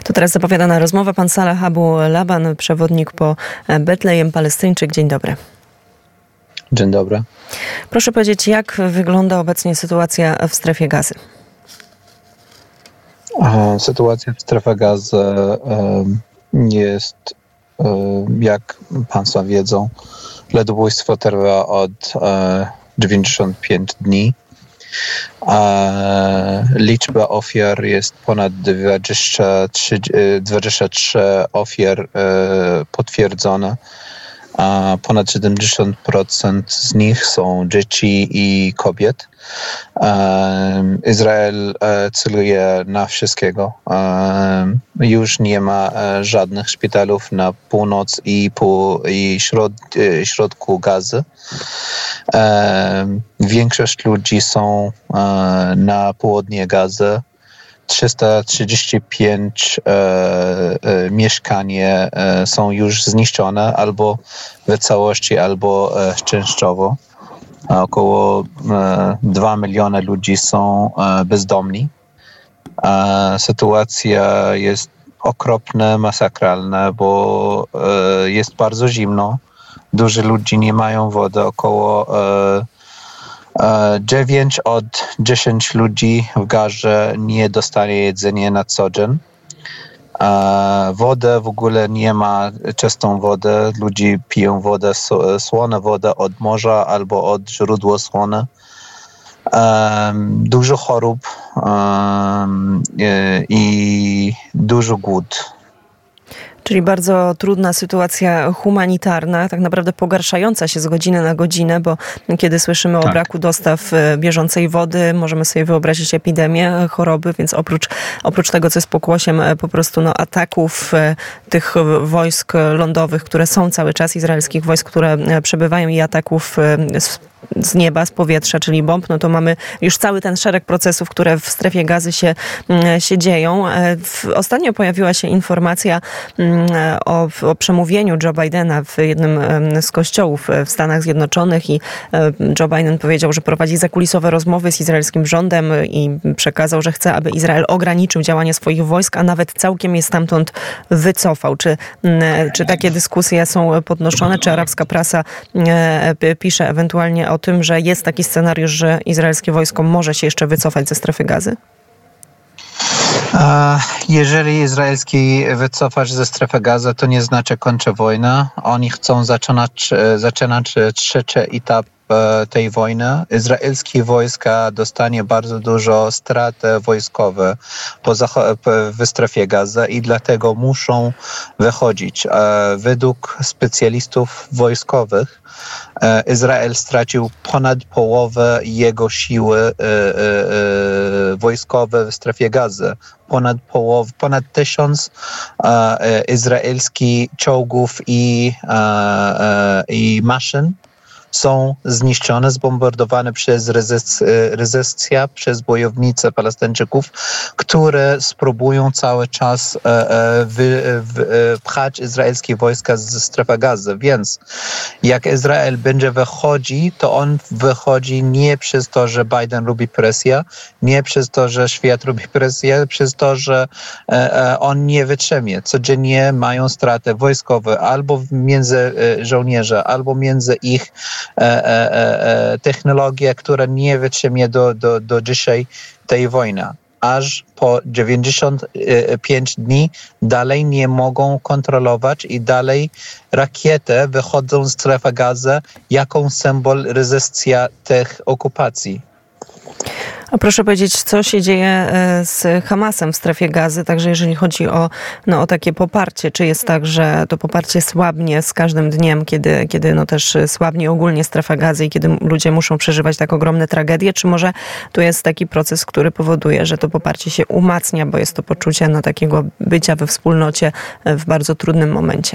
To teraz zapowiadana rozmowa. Pan Salah Abu Laban, przewodnik po Betlejem, Palestyńczyk. Dzień dobry. Dzień dobry. Proszę powiedzieć, jak wygląda obecnie sytuacja w strefie Gazy? Sytuacja w strefie Gazy jest, jak Państwo wiedzą, ludobójstwo trwa od 95 dni. Liczba ofiar jest ponad 23 ofiar potwierdzone. Ponad 70% z nich są dzieci i kobiet. Izrael celuje na wszystkiego. Już nie ma żadnych szpitalów na północ i środku Gazy. Większość ludzi są na południe Gazy. 335 mieszkania są już zniszczone albo w całości, albo częściowo. Około 2 miliony ludzi są bezdomni. Sytuacja jest okropna, masakralna, bo jest bardzo zimno. Dużo ludzi nie mają wody, około 9 od 10 ludzi w Gazie nie dostanie jedzenia na co dzień. Wodę w ogóle nie ma, czystą wodę. Ludzie piją wodę, słoną wodę od morza albo od źródła słone. Dużo chorób i dużo głód. Czyli bardzo trudna sytuacja humanitarna, tak naprawdę pogarszająca się z godziny na godzinę, bo kiedy słyszymy o braku dostaw bieżącej wody, możemy sobie wyobrazić epidemię, choroby, więc oprócz tego, co jest pokłosiem po prostu ataków tych wojsk lądowych, które są cały czas, izraelskich wojsk, które przebywają, i ataków z nieba, z powietrza, czyli bomb, no to mamy już cały ten szereg procesów, które w strefie Gazy się dzieją. Ostatnio pojawiła się informacja o przemówieniu Joe Bidena w jednym z kościołów w Stanach Zjednoczonych i Joe Biden powiedział, że prowadzi zakulisowe rozmowy z izraelskim rządem i przekazał, że chce, aby Izrael ograniczył działanie swoich wojsk, a nawet całkiem je stamtąd wycofał. Czy takie dyskusje są podnoszone? Czy arabska prasa pisze ewentualnie o tym, że jest taki scenariusz, że izraelskie wojsko może się jeszcze wycofać ze strefy Gazy? Jeżeli izraelski wycofać ze strefy Gazy, to nie znaczy kończy wojnę. Oni chcą zaczynać trzeci etap tej wojny. Izraelskie wojska dostanie bardzo dużo strat wojskowych w strefie Gazy i dlatego muszą wychodzić. Według specjalistów wojskowych Izrael stracił ponad połowę jego siły wojskowe w strefie Gazy. Ponad 1000 izraelskich czołgów i maszyn są zniszczone, zbombardowane przez rezystia, przez bojownicy Palestyńczyków, które spróbują cały czas pchać izraelskie wojska ze strefy Gazy. Więc jak Izrael będzie wychodzi, to on wychodzi nie przez to, że Biden lubi presję, nie przez to, że świat lubi presję, przez to, że on nie wytrzymie. Codziennie mają straty wojskowe albo między żołnierzy, albo między ich technologia, która nie wytrzymie do dzisiaj tej wojny. Aż po 95 dni dalej nie mogą kontrolować i dalej rakiety wychodzą z strefy Gazy jako symbol rezystia tych okupacji. A proszę powiedzieć, co się dzieje z Hamasem w strefie Gazy, także jeżeli chodzi o takie poparcie. Czy jest tak, że to poparcie słabnie z każdym dniem, kiedy też słabnie ogólnie strefa Gazy i kiedy ludzie muszą przeżywać tak ogromne tragedie? Czy może tu jest taki proces, który powoduje, że to poparcie się umacnia, bo jest to poczucie takiego bycia we wspólnocie w bardzo trudnym momencie?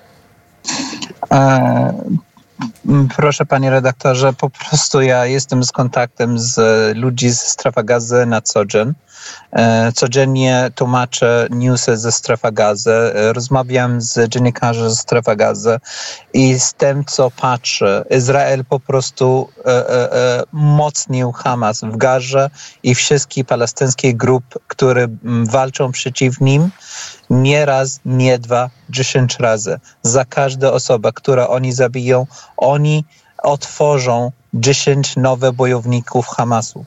Proszę panie redaktorze, po prostu ja jestem z kontaktem z ludźmi z strefy Gazy na co dzień. Codziennie tłumaczę newsy ze Strefy Gazy, rozmawiam z dziennikarzem ze Strefy Gazy i z tym, co patrzę, Izrael po prostu mocnił Hamas w Gazie i wszystkie palestyńskie grupy, które walczą przeciw nim, nie raz, nie dwa, 10 razy. Za każdą osobę, którą oni zabiją, oni otworzą 10 nowych bojowników Hamasu.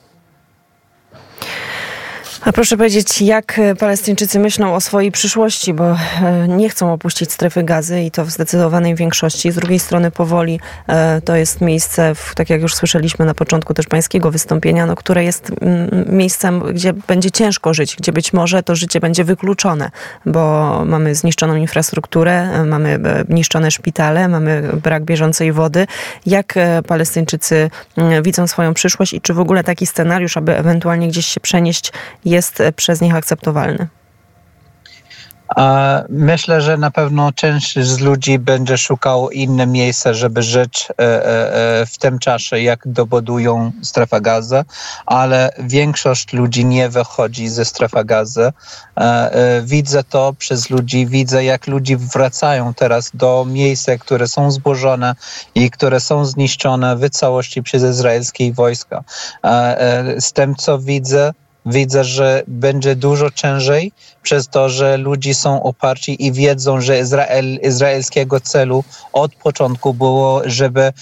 A proszę powiedzieć, jak Palestyńczycy myślą o swojej przyszłości, bo nie chcą opuścić Strefy Gazy i to w zdecydowanej większości. Z drugiej strony powoli to jest miejsce, tak jak już słyszeliśmy na początku też pańskiego wystąpienia, które jest miejscem, gdzie będzie ciężko żyć, gdzie być może to życie będzie wykluczone, bo mamy zniszczoną infrastrukturę, mamy niszczone szpitale, mamy brak bieżącej wody. Jak Palestyńczycy widzą swoją przyszłość i czy w ogóle taki scenariusz, aby ewentualnie gdzieś się przenieść, jest przez nich akceptowalny? Myślę, że na pewno część z ludzi będzie szukał inne miejsca, żeby żyć w tym czasie, jak dobudują Strefę Gazy, ale większość ludzi nie wychodzi ze Strefy Gazy. Widzę to przez ludzi, widzę jak ludzie wracają teraz do miejsc, które są zburzone i które są zniszczone w całości przez izraelskie wojska. Z tym, co widzę, że będzie dużo ciężej przez to, że ludzie są uparci i wiedzą, że izraelskiego celu od początku było, żeby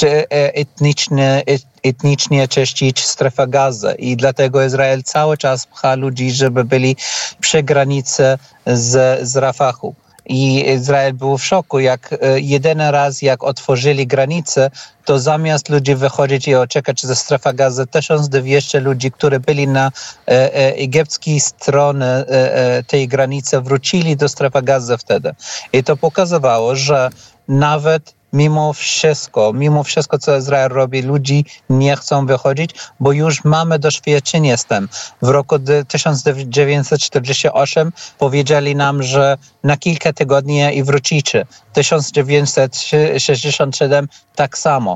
etnicznie czyścić Strefę Gazy i dlatego Izrael cały czas pcha ludzi, żeby byli przy granicy z Rafahu. I Izrael był w szoku, jak jedyny raz, jak otworzyli granice, to zamiast ludzi wychodzić i czekać ze Strefy Gazy, 1200 ludzi, którzy byli na egipskiej stronie tej granicy, wrócili do Strefy Gazy wtedy. I to pokazywało, że nawet mimo wszystko, co Izrael robi, ludzi nie chcą wychodzić, bo już mamy doświadczenie z tym. W roku 1948 powiedzieli nam, że na kilka tygodni i wrócicie. 1967 tak samo.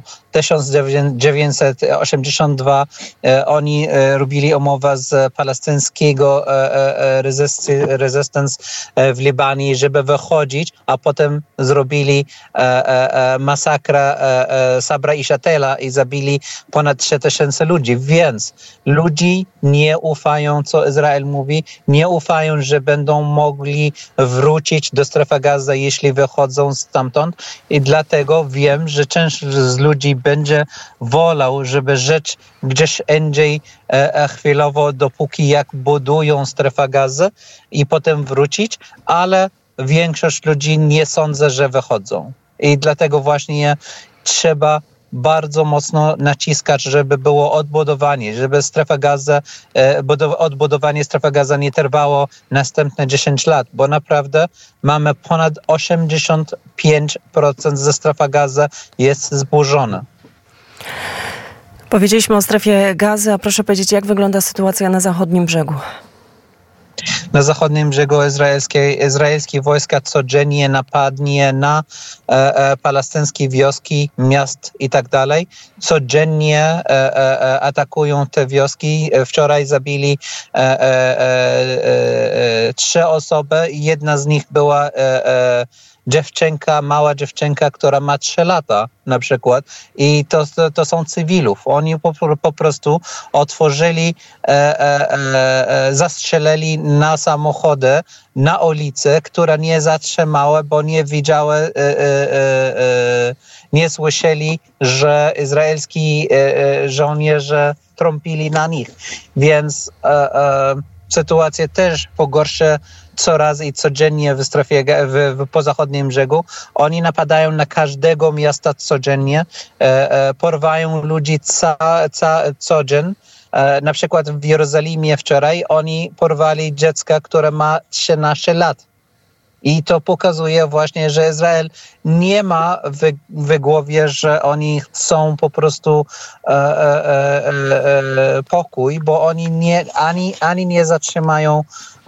1982 oni robili umowę z palestyńskiego resistance w Libanie, żeby wychodzić, a potem zrobili masakrę Sabra i Shatila i zabili ponad 3000 ludzi. Więc ludzi nie ufają, co Izrael mówi, nie ufają, że będą mogli wrócić do Strefy Gazy, jeśli wychodzą stamtąd. I dlatego wiem, że część z ludzi będzie wolał, żeby żyć gdzieś indziej chwilowo, dopóki jak budują Strefę Gazy i potem wrócić, ale większość ludzi nie sądzę, że wychodzą. I dlatego właśnie trzeba bardzo mocno naciskać, żeby było odbudowanie, żeby odbudowanie Strefy Gazy nie trwało następne 10 lat, bo naprawdę mamy ponad 85% ze Strefy Gazy jest zburzone. Powiedzieliśmy o Strefie Gazy, a proszę powiedzieć, jak wygląda sytuacja na zachodnim brzegu? Na zachodnim brzegu izraelskie wojska codziennie napadnie na palestyńskie wioski, miast i tak dalej. Codziennie atakują te wioski. Wczoraj zabili 3 osoby. Jedna z nich była mała dziewczynka, która ma 3 lata na przykład i to są cywilów. Oni po prostu otworzyli, zastrzelili na samochody, na ulicy, które nie zatrzymały, bo nie widziały, nie słyszeli, że izraelski żołnierze trąbili na nich. Więc sytuacja też pogorsza coraz i codziennie po zachodnim brzegu. Oni napadają na każdego miasta codziennie, porwają ludzi codziennie. Na przykład w Jerozolimie wczoraj oni porwali dziecka, które ma 13 lat. I to pokazuje właśnie, że Izrael nie ma w głowie, że oni chcą po prostu pokój, bo oni ani nie zatrzymają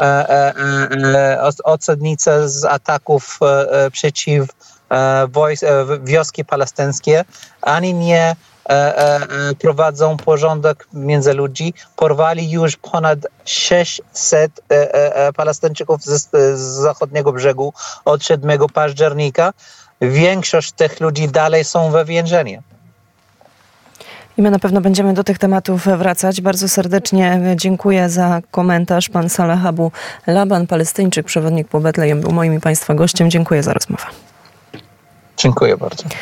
osadnice z ataków przeciw wioski palestyńskie, ani nie prowadzą porządek między ludzi. Porwali już ponad 600 Palestyńczyków z zachodniego brzegu od 7 października. Większość tych ludzi dalej są we więzieniu. I my na pewno będziemy do tych tematów wracać. Bardzo serdecznie dziękuję za komentarz. Pan Salah Abu Laban, Palestyńczyk, przewodnik po Betlejem, był moim i Państwa gościem. Dziękuję za rozmowę. Dziękuję bardzo.